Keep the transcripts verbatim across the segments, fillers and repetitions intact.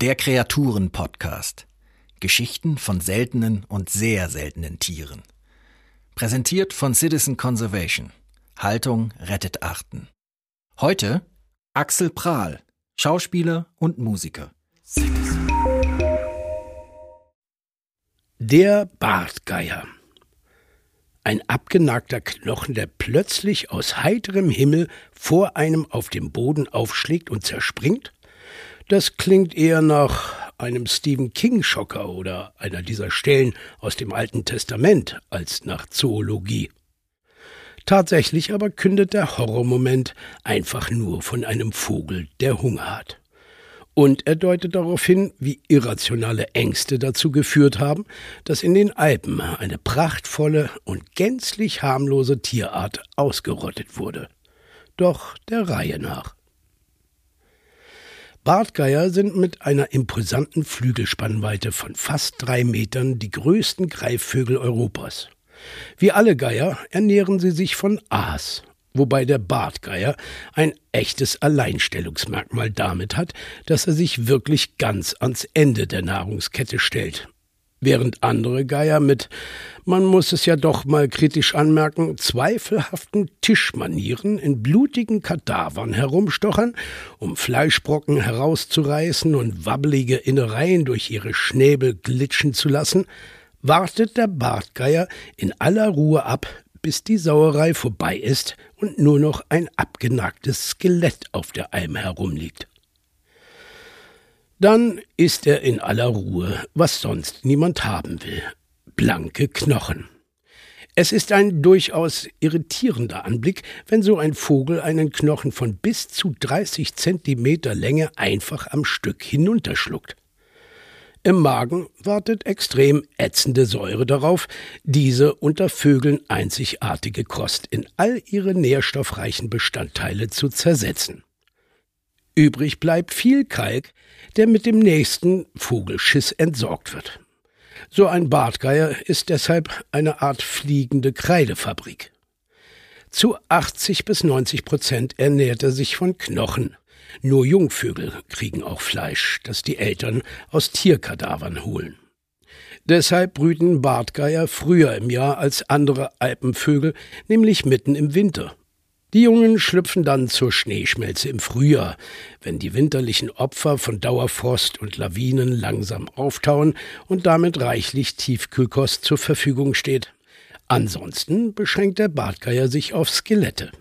Der Kreaturen-Podcast. Geschichten von seltenen und sehr seltenen Tieren. Präsentiert von Citizen Conservation. Haltung rettet Arten. Heute Axel Prahl, Schauspieler und Musiker. Der Bartgeier. Ein abgenagter Knochen, der plötzlich aus heiterem Himmel vor einem auf dem Boden aufschlägt und zerspringt? Das klingt eher nach einem Stephen King-Schocker oder einer dieser Stellen aus dem Alten Testament als nach Zoologie. Tatsächlich aber kündet der Horrormoment einfach nur von einem Vogel, der Hunger hat. Und er deutet darauf hin, wie irrationale Ängste dazu geführt haben, dass in den Alpen eine prachtvolle und gänzlich harmlose Tierart ausgerottet wurde. Doch der Reihe nach. Bartgeier sind mit einer imposanten Flügelspannweite von fast drei Metern die größten Greifvögel Europas. Wie alle Geier ernähren sie sich von Aas, wobei der Bartgeier ein echtes Alleinstellungsmerkmal damit hat, dass er sich wirklich ganz ans Ende der Nahrungskette stellt. Während andere Geier mit, man muss es ja doch mal kritisch anmerken, zweifelhaften Tischmanieren in blutigen Kadavern herumstochern, um Fleischbrocken herauszureißen und wabbelige Innereien durch ihre Schnäbel glitschen zu lassen, wartet der Bartgeier in aller Ruhe ab, bis die Sauerei vorbei ist und nur noch ein abgenagtes Skelett auf der Alm herumliegt. Dann isst er in aller Ruhe, was sonst niemand haben will: blanke Knochen. Es ist ein durchaus irritierender Anblick, wenn so ein Vogel einen Knochen von bis zu dreißig Zentimeter Länge einfach am Stück hinunterschluckt. Im Magen wartet extrem ätzende Säure darauf, diese unter Vögeln einzigartige Kost in all ihre nährstoffreichen Bestandteile zu zersetzen. Übrig bleibt viel Kalk, der mit dem nächsten Vogelschiss entsorgt wird. So ein Bartgeier ist deshalb eine Art fliegende Kreidefabrik. Zu achtzig bis neunzig Prozent ernährt er sich von Knochen. Nur Jungvögel kriegen auch Fleisch, das die Eltern aus Tierkadavern holen. Deshalb brüten Bartgeier früher im Jahr als andere Alpenvögel, nämlich mitten im Winter. Die Jungen schlüpfen dann zur Schneeschmelze im Frühjahr, wenn die winterlichen Opfer von Dauerfrost und Lawinen langsam auftauen und damit reichlich Tiefkühlkost zur Verfügung steht. Ansonsten beschränkt der Bartgeier sich auf Skelette.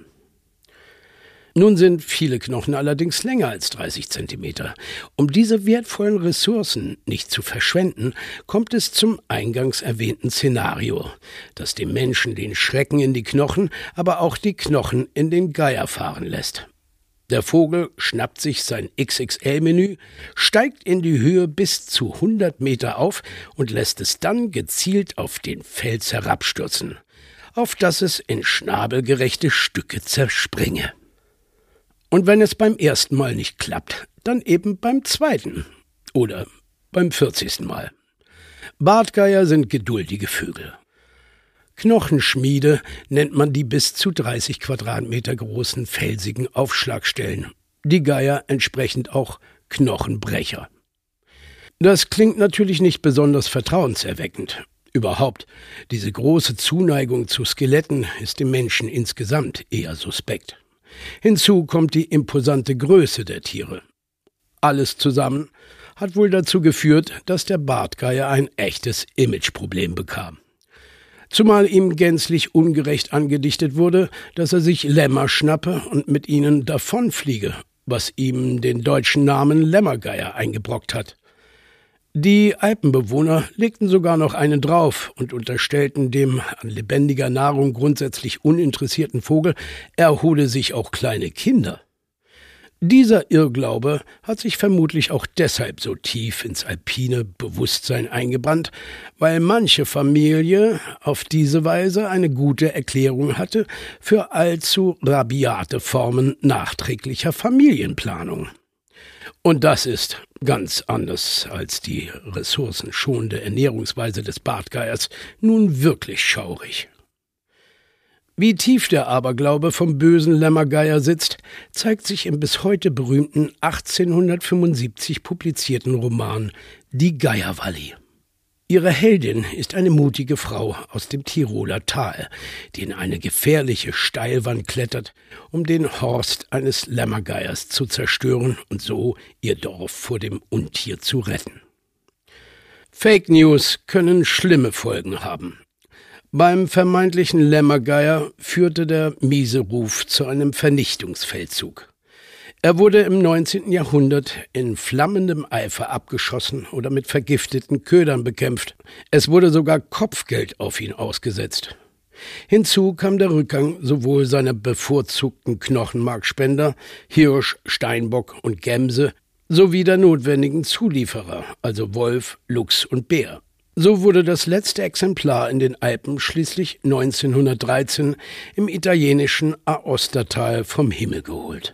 Nun sind viele Knochen allerdings länger als dreißig Zentimeter. Um diese wertvollen Ressourcen nicht zu verschwenden, kommt es zum eingangs erwähnten Szenario, das dem Menschen den Schrecken in die Knochen, aber auch die Knochen in den Geier fahren lässt. Der Vogel schnappt sich sein X X L-Menü, steigt in die Höhe bis zu hundert Meter auf und lässt es dann gezielt auf den Fels herabstürzen, auf dass es in schnabelgerechte Stücke zerspringe. Und wenn es beim ersten Mal nicht klappt, dann eben beim zweiten oder beim vierzigsten Mal. Bartgeier sind geduldige Vögel. Knochenschmiede nennt man die bis zu dreißig Quadratmeter großen felsigen Aufschlagstellen. Die Geier entsprechend auch Knochenbrecher. Das klingt natürlich nicht besonders vertrauenserweckend. Überhaupt, diese große Zuneigung zu Skeletten ist dem Menschen insgesamt eher suspekt. Hinzu kommt die imposante Größe der Tiere. Alles zusammen hat wohl dazu geführt, dass der Bartgeier ein echtes Imageproblem bekam. Zumal ihm gänzlich ungerecht angedichtet wurde, dass er sich Lämmer schnappe und mit ihnen davonfliege, was ihm den deutschen Namen Lämmergeier eingebrockt hat. Die Alpenbewohner legten sogar noch einen drauf und unterstellten dem an lebendiger Nahrung grundsätzlich uninteressierten Vogel, er hole sich auch kleine Kinder. Dieser Irrglaube hat sich vermutlich auch deshalb so tief ins alpine Bewusstsein eingebrannt, weil manche Familie auf diese Weise eine gute Erklärung hatte für allzu rabiate Formen nachträglicher Familienplanung. Und das ist ganz anders als die ressourcenschonende Ernährungsweise des Bartgeiers nun wirklich schaurig. Wie tief der Aberglaube vom bösen Lämmergeier sitzt, zeigt sich im bis heute berühmten achtzehnhundertfünfundsiebzig publizierten Roman »Die Geierwalli«. Ihre Heldin ist eine mutige Frau aus dem Tiroler Tal, die in eine gefährliche Steilwand klettert, um den Horst eines Lämmergeiers zu zerstören und so ihr Dorf vor dem Untier zu retten. Fake News können schlimme Folgen haben. Beim vermeintlichen Lämmergeier führte der miese Ruf zu einem Vernichtungsfeldzug. Er wurde im neunzehnten Jahrhundert in flammendem Eifer abgeschossen oder mit vergifteten Ködern bekämpft. Es wurde sogar Kopfgeld auf ihn ausgesetzt. Hinzu kam der Rückgang sowohl seiner bevorzugten Knochenmarkspender, Hirsch, Steinbock und Gemse, sowie der notwendigen Zulieferer, also Wolf, Luchs und Bär. So wurde das letzte Exemplar in den Alpen schließlich neunzehnhundertdreizehn im italienischen Aostatal vom Himmel geholt.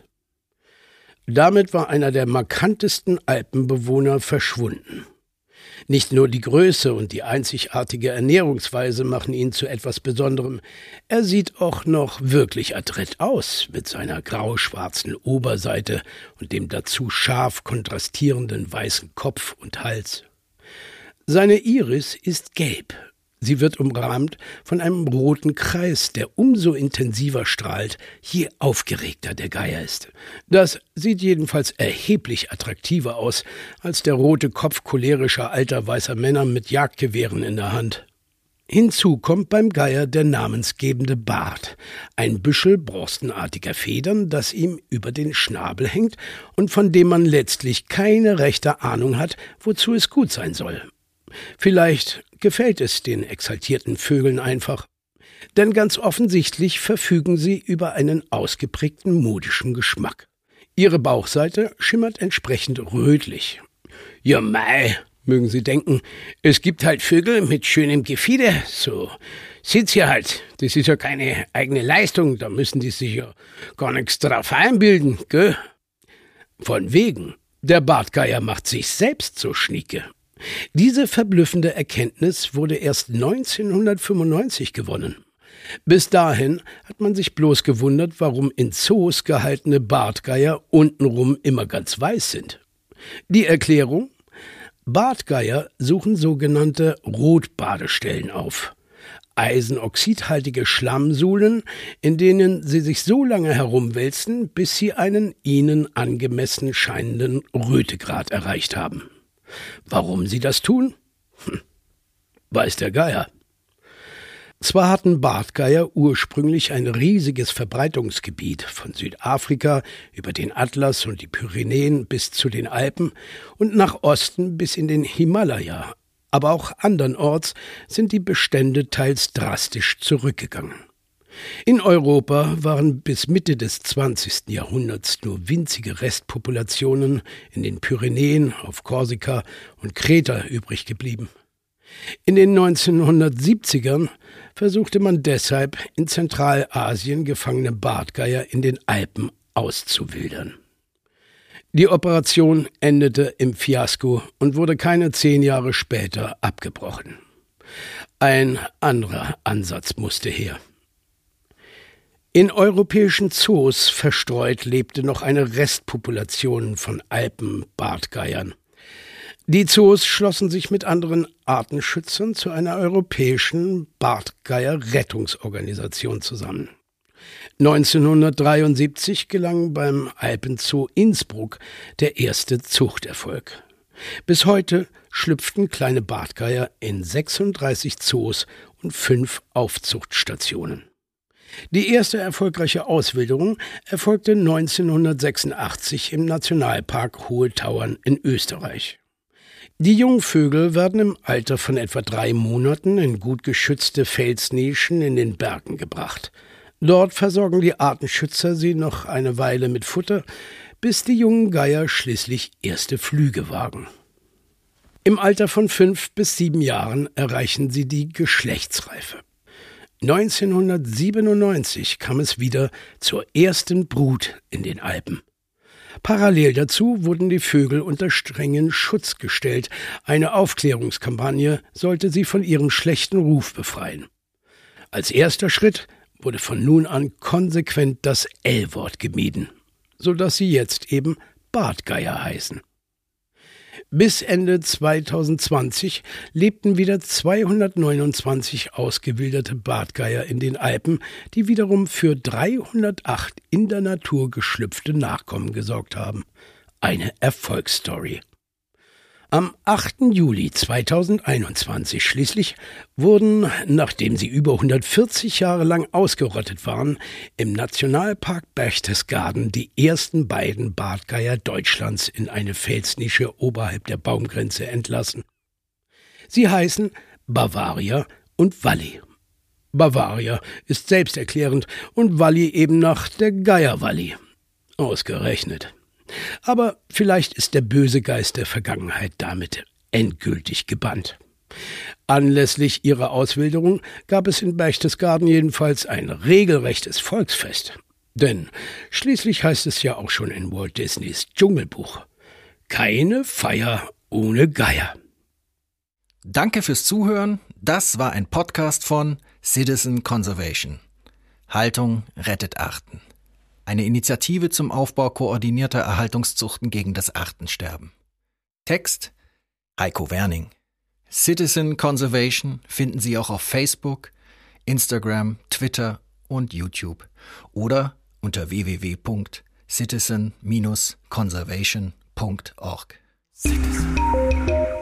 Damit war einer der markantesten Alpenbewohner verschwunden. Nicht nur die Größe und die einzigartige Ernährungsweise machen ihn zu etwas Besonderem, er sieht auch noch wirklich adrett aus mit seiner grau-schwarzen Oberseite und dem dazu scharf kontrastierenden weißen Kopf und Hals. Seine Iris ist gelb. Sie wird umrahmt von einem roten Kreis, der umso intensiver strahlt, je aufgeregter der Geier ist. Das sieht jedenfalls erheblich attraktiver aus als der rote Kopf cholerischer alter weißer Männer mit Jagdgewehren in der Hand. Hinzu kommt beim Geier der namensgebende Bart, ein Büschel borstenartiger Federn, das ihm über den Schnabel hängt und von dem man letztlich keine rechte Ahnung hat, wozu es gut sein soll. Vielleicht gefällt es den exaltierten Vögeln einfach, denn ganz offensichtlich verfügen sie über einen ausgeprägten modischen Geschmack. Ihre Bauchseite schimmert entsprechend rötlich. Ja mei, mögen Sie denken, es gibt halt Vögel mit schönem Gefieder, so sind's ja halt. Das ist ja keine eigene Leistung, da müssen die sich ja gar nichts drauf einbilden, gell? Von wegen, der Bartgeier macht sich selbst so schnieke. Diese verblüffende Erkenntnis wurde erst neunzehnhundertfünfundneunzig gewonnen. Bis dahin hat man sich bloß gewundert, warum in Zoos gehaltene Bartgeier untenrum immer ganz weiß sind. Die Erklärung? Bartgeier suchen sogenannte Rotbadestellen auf. Eisenoxidhaltige Schlammsuhlen, in denen sie sich so lange herumwälzen, bis sie einen ihnen angemessen scheinenden Rötegrad erreicht haben. Warum sie das tun? Hm, weiß der Geier. Zwar hatten Bartgeier ursprünglich ein riesiges Verbreitungsgebiet von Südafrika über den Atlas und die Pyrenäen bis zu den Alpen und nach Osten bis in den Himalaya, aber auch andernorts sind die Bestände teils drastisch zurückgegangen. In Europa waren bis Mitte des zwanzigsten Jahrhunderts nur winzige Restpopulationen in den Pyrenäen, auf Korsika und Kreta übrig geblieben. In den neunzehnhundertsiebzigern versuchte man deshalb, in Zentralasien gefangene Bartgeier in den Alpen auszuwildern. Die Operation endete im Fiasko und wurde keine zehn Jahre später abgebrochen. Ein anderer Ansatz musste her. In europäischen Zoos verstreut lebte noch eine Restpopulation von Alpenbartgeiern. Die Zoos schlossen sich mit anderen Artenschützern zu einer europäischen Bartgeier-Rettungsorganisation zusammen. neunzehnhundertdreiundsiebzig gelang beim Alpenzoo Innsbruck der erste Zuchterfolg. Bis heute schlüpften kleine Bartgeier in sechsunddreißig Zoos und fünf Aufzuchtstationen. Die erste erfolgreiche Auswilderung erfolgte neunzehnhundertsechsundachtzig im Nationalpark Hohe Tauern in Österreich. Die Jungvögel werden im Alter von etwa drei Monaten in gut geschützte Felsnischen in den Bergen gebracht. Dort versorgen die Artenschützer sie noch eine Weile mit Futter, bis die jungen Geier schließlich erste Flüge wagen. Im Alter von fünf bis sieben Jahren erreichen sie die Geschlechtsreife. neunzehnhundertsiebenundneunzig kam es wieder zur ersten Brut in den Alpen. Parallel dazu wurden die Vögel unter strengen Schutz gestellt. Eine Aufklärungskampagne sollte sie von ihrem schlechten Ruf befreien. Als erster Schritt wurde von nun an konsequent das L-Wort gemieden, sodass sie jetzt eben Bartgeier heißen. Bis Ende zweitausendzwanzig lebten wieder zweihundertneunundzwanzig ausgewilderte Bartgeier in den Alpen, die wiederum für dreihundertacht in der Natur geschlüpfte Nachkommen gesorgt haben. Eine Erfolgsstory. Am achten Juli zweitausendeinundzwanzig schließlich wurden, nachdem sie über hundertvierzig Jahre lang ausgerottet waren, im Nationalpark Berchtesgaden die ersten beiden Bartgeier Deutschlands in eine Felsnische oberhalb der Baumgrenze entlassen. Sie heißen Bavaria und Walli. Bavaria ist selbsterklärend und Walli eben nach der Geier-Walli. Ausgerechnet. Aber vielleicht ist der böse Geist der Vergangenheit damit endgültig gebannt. Anlässlich ihrer Auswilderung gab es in Berchtesgaden jedenfalls ein regelrechtes Volksfest. Denn schließlich heißt es ja auch schon in Walt Disneys Dschungelbuch: Keine Feier ohne Geier. Danke fürs Zuhören. Das war ein Podcast von Citizen Conservation. Haltung rettet Arten. Eine Initiative zum Aufbau koordinierter Erhaltungszuchten gegen das Artensterben. Text Heiko Werning. Citizen Conservation finden Sie auch auf Facebook, Instagram, Twitter und YouTube oder unter w w w punkt citizen Bindestrich conservation punkt org. Citizen.